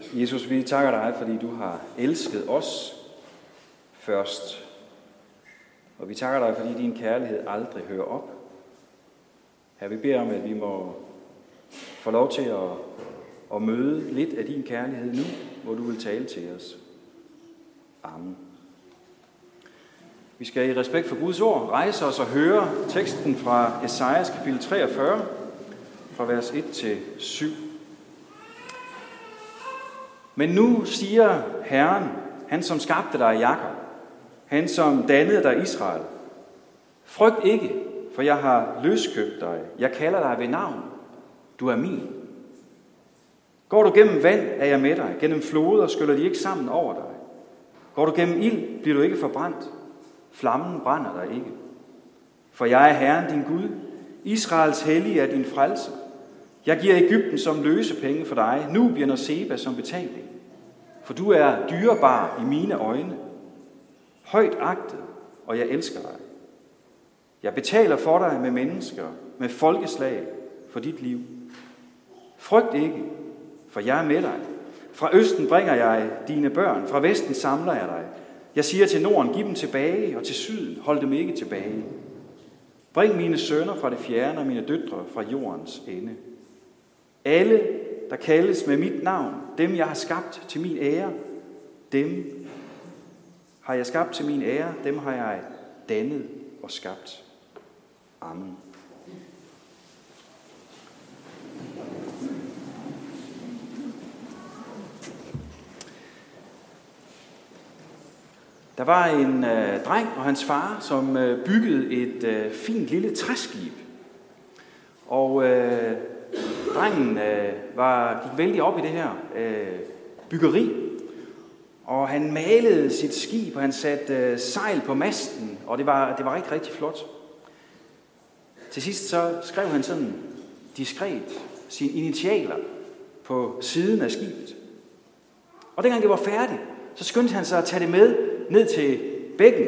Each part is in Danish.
Jesus, vi takker dig, fordi du har elsket os først. Og vi takker dig, fordi din kærlighed aldrig hører op. Her vi beder om, at vi må få lov til at møde lidt af din kærlighed nu, hvor du vil tale til os. Amen. Vi skal i respekt for Guds ord rejse os og høre teksten fra Esajas kapitel 43, fra vers 1 til 7. Men nu siger Herren, han som skabte dig, Jakob, han som dannede dig, Israel: frygt ikke, for jeg har løskøbt dig. Jeg kalder dig ved navn. Du er min. Går du gennem vand, er jeg med dig. Gennem floder skyller de ikke sammen over dig. Går du gennem ild, bliver du ikke forbrændt. Flammen brænder dig ikke. For jeg er Herren, din Gud. Israels hellige er din frelse. Jeg giver Egypten som løsepenge for dig, Nubien og Seba som betaling. For du er dyrebar i mine øjne, højt agtet, og jeg elsker dig. Jeg betaler for dig med mennesker, med folkeslag for dit liv. Frygt ikke, for jeg er med dig. Fra østen bringer jeg dine børn, fra vesten samler jeg dig. Jeg siger til Norden, giv dem tilbage, og til syden, hold dem ikke tilbage. Bring mine sønner fra det fjerne, og mine døtre fra jordens ende. Alle, der kaldes med mit navn, dem jeg har skabt til min ære, dem har jeg skabt til min ære, dem har jeg dannet og skabt. Amen. Der var en dreng og hans far, som byggede et fint lille træskib. Og drengen gik vældig op i det her byggeri. Og han malede sit skib, og han satte sejl på masten, og det var rigtig, rigtig flot. Til sidst så skrev han sådan diskret sine initialer på siden af skibet. Og dengang det var færdigt, så skyndte han sig at tage det med ned til bækken.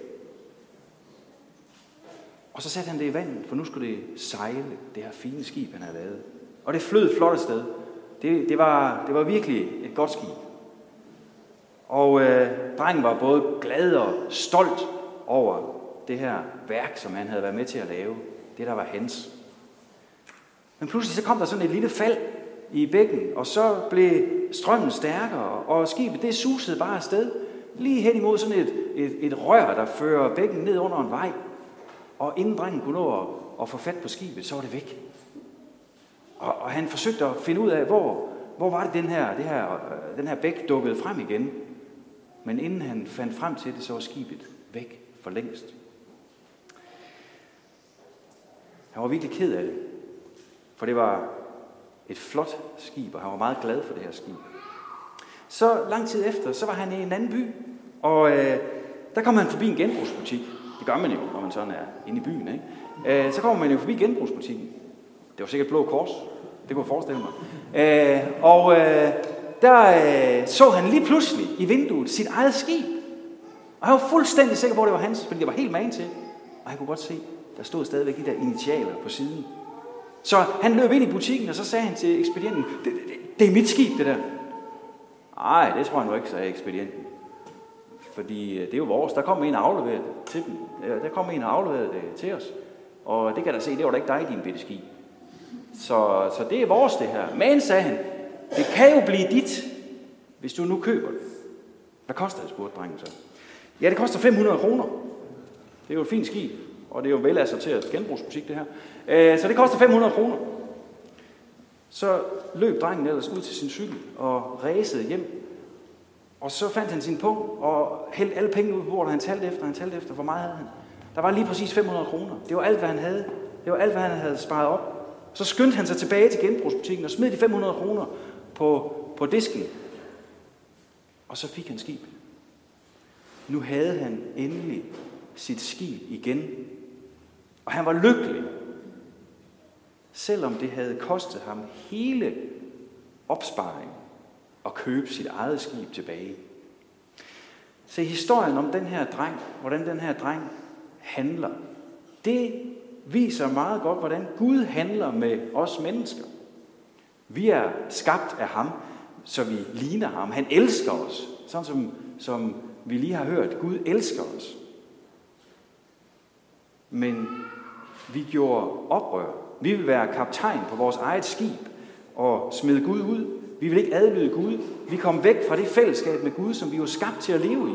Og så satte han det i vandet, for nu skulle det sejle, det her fine skib, han havde lavet. Og det flød flot afsted. Det var virkelig et godt skib. Og drengen var både glad og stolt over det her værk, som han havde været med til at lave. Det, der var hans. Men pludselig så kom der sådan et lille fald i bækken, og så blev strømmen stærkere, og skibet det susede bare afsted, lige hen imod sådan et rør, der fører bækken ned under en vej. Og inden drengen kunne nå at få fat på skibet, så var det væk. Og han forsøgte at finde ud af, hvor var det den her bæk dukkede frem igen. Men inden han fandt frem til det, så var skibet væk for længst. Han var virkelig ked af det, for det var et flot skib, og han var meget glad for det her skib. Så lang tid efter, så var han i en anden by, og der kom han forbi en genbrugsbutik. Det gør man jo, når man sådan er inde i byen, ikke? Så kommer man jo forbi genbrugsbutikken. Det var sikkert Blå Kors, det kunne jeg forestille mig. Der så han lige pludselig i vinduet sit eget skib. Og han var fuldstændig sikker på, at det var hans, fordi det var helt magen til. Og han kunne godt se, der stod stadigvæk de der initialer på siden. Så han løb ind i butikken, og så sagde han til ekspedienten, det er mit skib, det der. Nej, det tror jeg nu ikke, sagde ekspedienten. Fordi det er jo vores. Der kom en og afleverede det til dem. Der kom en og afleverede det til os. Og det kan der se, det var da ikke dig, din bitte skib. Så det er vores, det her. Men, sagde han, det kan jo blive dit, hvis du nu køber det. Hvad koster det, spurgte drengen så? Ja, det koster 500 kroner. Det er jo et fint skib, og det er jo vel assorteret genbrugsbutik, det her. Så det koster 500 kroner. Så løb drengen ellers ud til sin cykel og ræsede hjem. Og så fandt han sin pung og hældte alle pengene ud på bordet, og han talte efter, hvor meget havde han. Der var lige præcis 500 kroner. Det var alt, hvad han havde. Det var alt, hvad han havde sparet op. Så skyndte han sig tilbage til genbrugsbutikken og smed de 500 kroner på disken. Og så fik han skib. Nu havde han endelig sit skib igen. Og han var lykkelig. Selvom det havde kostet ham hele opsparingen at købe sit eget skib tilbage. Se, historien om den her dreng, hvordan den her dreng handler, det viser meget godt, hvordan Gud handler med os mennesker. Vi er skabt af ham. så vi ligner ham. Han elsker os, sådan som vi lige har hørt. Gud elsker os. Men vi gjorde oprør. Vi vil være kaptajn på vores eget skib og smide Gud ud. Vi vil ikke adlyde Gud. Vi kom væk fra det fællesskab med Gud, som vi var skabt til at leve i.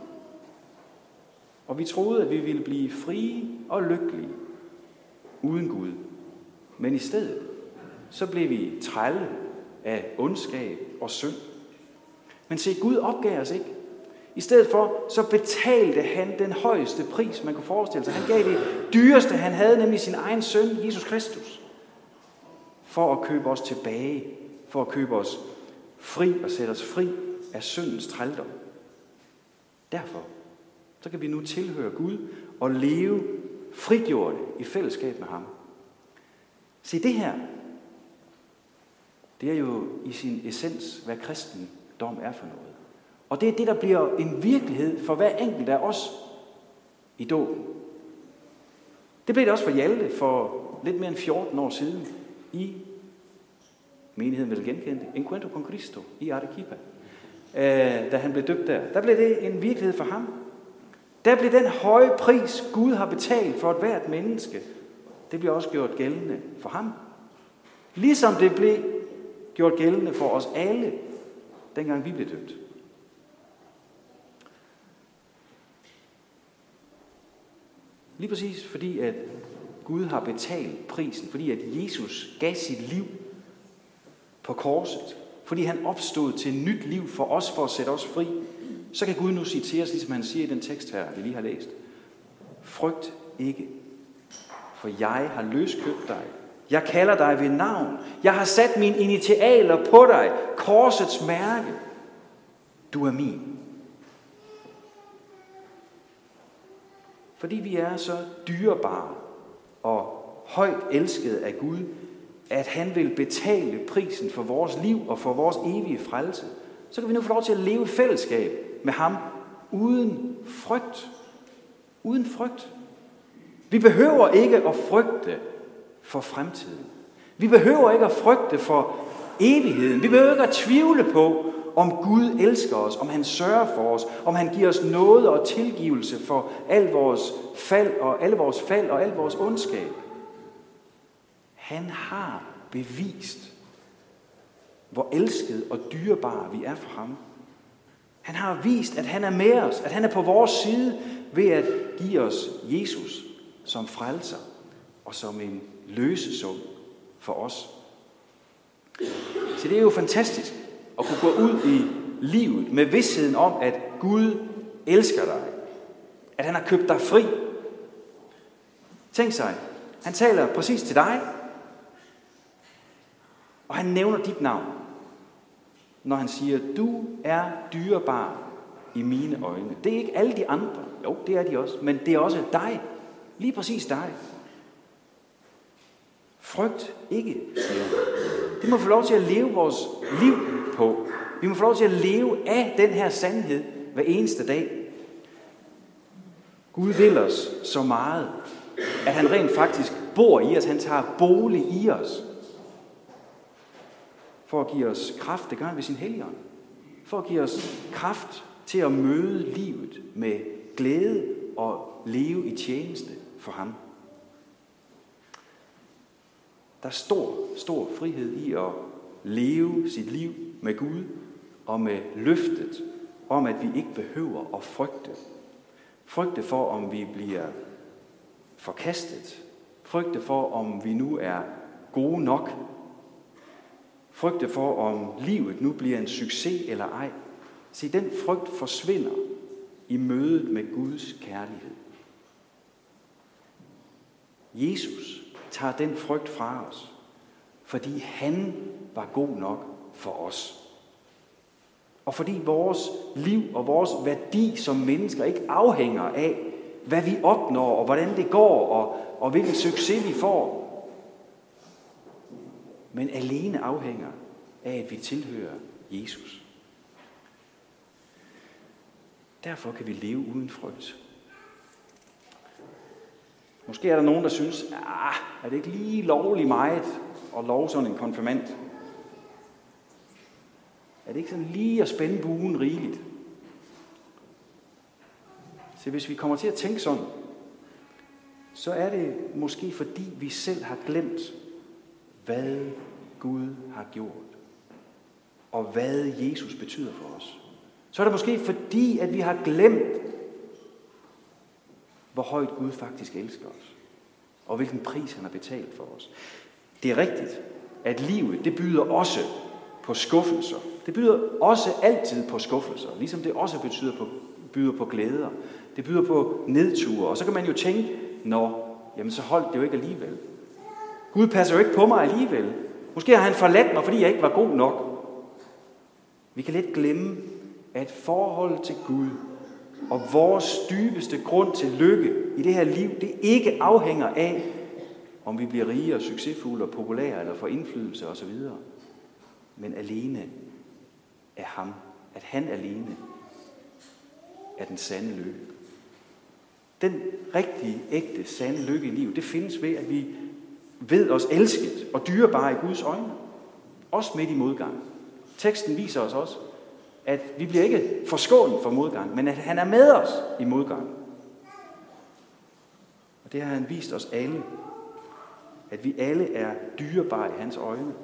Og vi troede, at vi ville blive frie og lykkelige uden Gud. Men i stedet, så blev vi trælle af ondskab og synd. Men se, Gud opgav os ikke. I stedet for, så betalte han den højeste pris, man kunne forestille sig. Han gav det dyreste, han havde, nemlig sin egen søn, Jesus Kristus. For at købe os tilbage. For at købe os fri og sætte os fri af syndens trældom. Derfor, så kan vi nu tilhøre Gud og leve frigjorte i fællesskab med ham. Se, det her, det er jo i sin essens, hvad kristendom er for noget. Og det er det, der bliver en virkelighed for hver enkelt af os i dåben. Det blev det også for Hjalte for lidt mere end 14 år siden i menigheden vil genkende Encuentro con Cristo i Arequipa. Da han blev døbt der blev det en virkelighed for ham. Der blev den høje pris, Gud har betalt for et hvert menneske, det bliver også gjort gældende for ham. Ligesom det blev gjort gældende for os alle, dengang vi blev døbt. Lige præcis fordi, at Gud har betalt prisen, fordi at Jesus gav sit liv på korset, fordi han opstod til et nyt liv for os, for at sætte os fri, så kan Gud nu sige til os, ligesom han siger i den tekst her, vi lige har læst. Frygt ikke, for jeg har løskøbt dig. Jeg kalder dig ved navn. Jeg har sat mine initialer på dig, korsets mærke. Du er min. Fordi vi er så dyrebare og højt elskede af Gud, at han vil betale prisen for vores liv og for vores evige frelse, så kan vi nu få lov til at leve i fællesskab med ham uden frygt. Uden frygt. Vi behøver ikke at frygte for fremtiden. Vi behøver ikke at frygte for evigheden. Vi behøver ikke at tvivle på, om Gud elsker os, om han sørger for os, om han giver os nåde og tilgivelse for al vores fald og al vores ondskab. Han har bevist, hvor elsket og dyrebare vi er for ham. Han har vist, at han er med os, at han er på vores side ved at give os Jesus som frelser og som en løsesum for os. Så det er jo fantastisk at kunne gå ud i livet med vidstheden om, at Gud elsker dig. At han har købt dig fri. Tænk sig, han taler præcis til dig, og han nævner dit navn, når han siger, du er dyrebar i mine øjne. Det er ikke alle de andre. Jo, det er de også. Men det er også dig. Lige præcis dig. Frygt ikke, siger han. Det må få lov til at leve vores liv på. Vi må få lov til at leve af den her sandhed hver eneste dag. Gud vil os så meget, at han rent faktisk bor i os. Han tager bolig i os. For at give os kraft, det gør han ved sin Helligånd. For at give os kraft til at møde livet med glæde og leve i tjeneste for ham. Der er stor frihed i at leve sit liv med Gud og med løftet om, at vi ikke behøver at frygte. Frygte for, om vi bliver forkastet. Frygte for, om vi nu er gode nok. Frygte for, om livet nu bliver en succes eller ej. Se, den frygt forsvinder i mødet med Guds kærlighed. Jesus tager den frygt fra os, fordi han var god nok for os. Og fordi vores liv og vores værdi som mennesker ikke afhænger af, hvad vi opnår, og hvordan det går, og hvilken succes vi får. Men alene afhænger af, at vi tilhører Jesus. Derfor kan vi leve uden frygt. Måske er der nogen, der synes, er det ikke lige lovligt meget at love sådan en konfirmand? Er det ikke sådan lige at spænde buen rigeligt? Så hvis vi kommer til at tænke sådan, så er det måske fordi vi selv har glemt, hvad Gud har gjort, og hvad Jesus betyder for os. Så er det måske fordi, at vi har glemt, hvor højt Gud faktisk elsker os, og hvilken pris han har betalt for os. Det er rigtigt, at livet, det byder også på skuffelser. Det byder også altid på skuffelser, ligesom det også byder på glæder. Det byder på nedture, og så kan man jo tænke, jamen så holdt det jo ikke alligevel. Gud passer jo ikke på mig alligevel. Måske har han forladt mig, fordi jeg ikke var god nok. Vi kan let glemme, at forholdet til Gud og vores dybeste grund til lykke i det her liv, det ikke afhænger af, om vi bliver rige og succesfulde og populære eller får indflydelse osv. Men alene af ham. At han alene er den sande lykke. Den rigtige, ægte, sande lykke i livet, det findes ved, at vi ved os elsket og dyrebare i Guds øjne. Også midt i modgang. Teksten viser os også, at vi bliver ikke forskånet for modgang, men at han er med os i modgang. Og det har han vist os alle. At vi alle er dyrebare i hans øjne.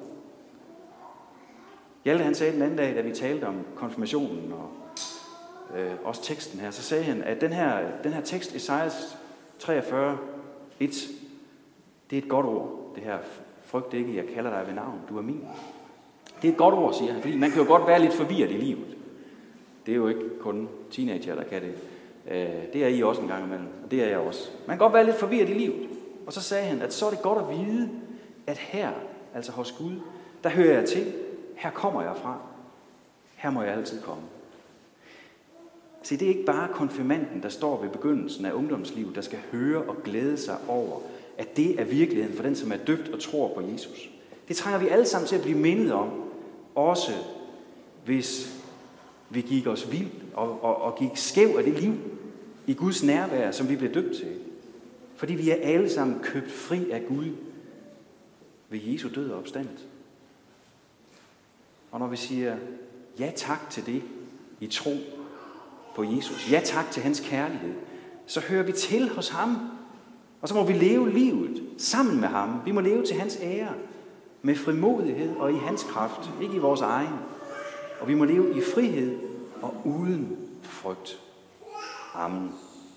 Hjalte han sagde den anden dag, da vi talte om konfirmationen og også teksten her, så sagde han, at den her tekst, Esajas 43, 1, det er et godt ord. Det her, frygt ikke, jeg kalder dig ved navn, du er min. Det er et godt ord, siger han, fordi man kan jo godt være lidt forvirret i livet. Det er jo ikke kun teenager, der kan det. Det er I også en gang imellem, og det er jeg også. Man kan godt være lidt forvirret i livet. Og så sagde han, at så er det godt at vide, at her, altså hos Gud, der hører jeg til. Her kommer jeg fra. Her må jeg altid komme. Se, det er ikke bare konfirmanden, der står ved begyndelsen af ungdomslivet, der skal høre og glæde sig over, at det er virkeligheden for den, som er døbt og tror på Jesus. Det trænger vi alle sammen til at blive mindet om, også hvis vi gik os vild og gik skæv af det liv i Guds nærvær, som vi blev døbt til. Fordi vi er alle sammen købt fri af Gud ved Jesu død og opstandelse. Og når vi siger ja tak til det i tro på Jesus, ja tak til hans kærlighed, så hører vi til hos ham. Og så må vi leve livet sammen med ham. Vi må leve til hans ære, med frimodighed og i hans kraft, ikke i vores egen. Og vi må leve i frihed og uden frygt. Amen.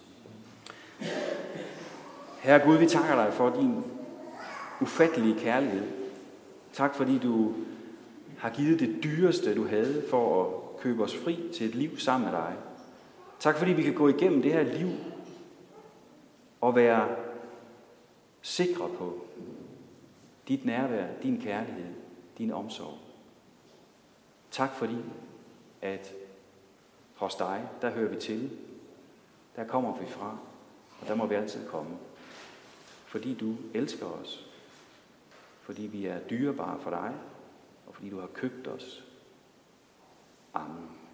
Herre Gud, vi takker dig for din ufattelige kærlighed. Tak fordi du har givet det dyreste, du havde for at købe os fri til et liv sammen med dig. Tak fordi vi kan gå igennem det her liv og være sikre på dit nærvær, din kærlighed, din omsorg. Tak fordi, at hos dig, der hører vi til. Der kommer vi fra, og der må vi altid komme. Fordi du elsker os. Fordi vi er dyrebare for dig, og fordi du har købt os. Amen.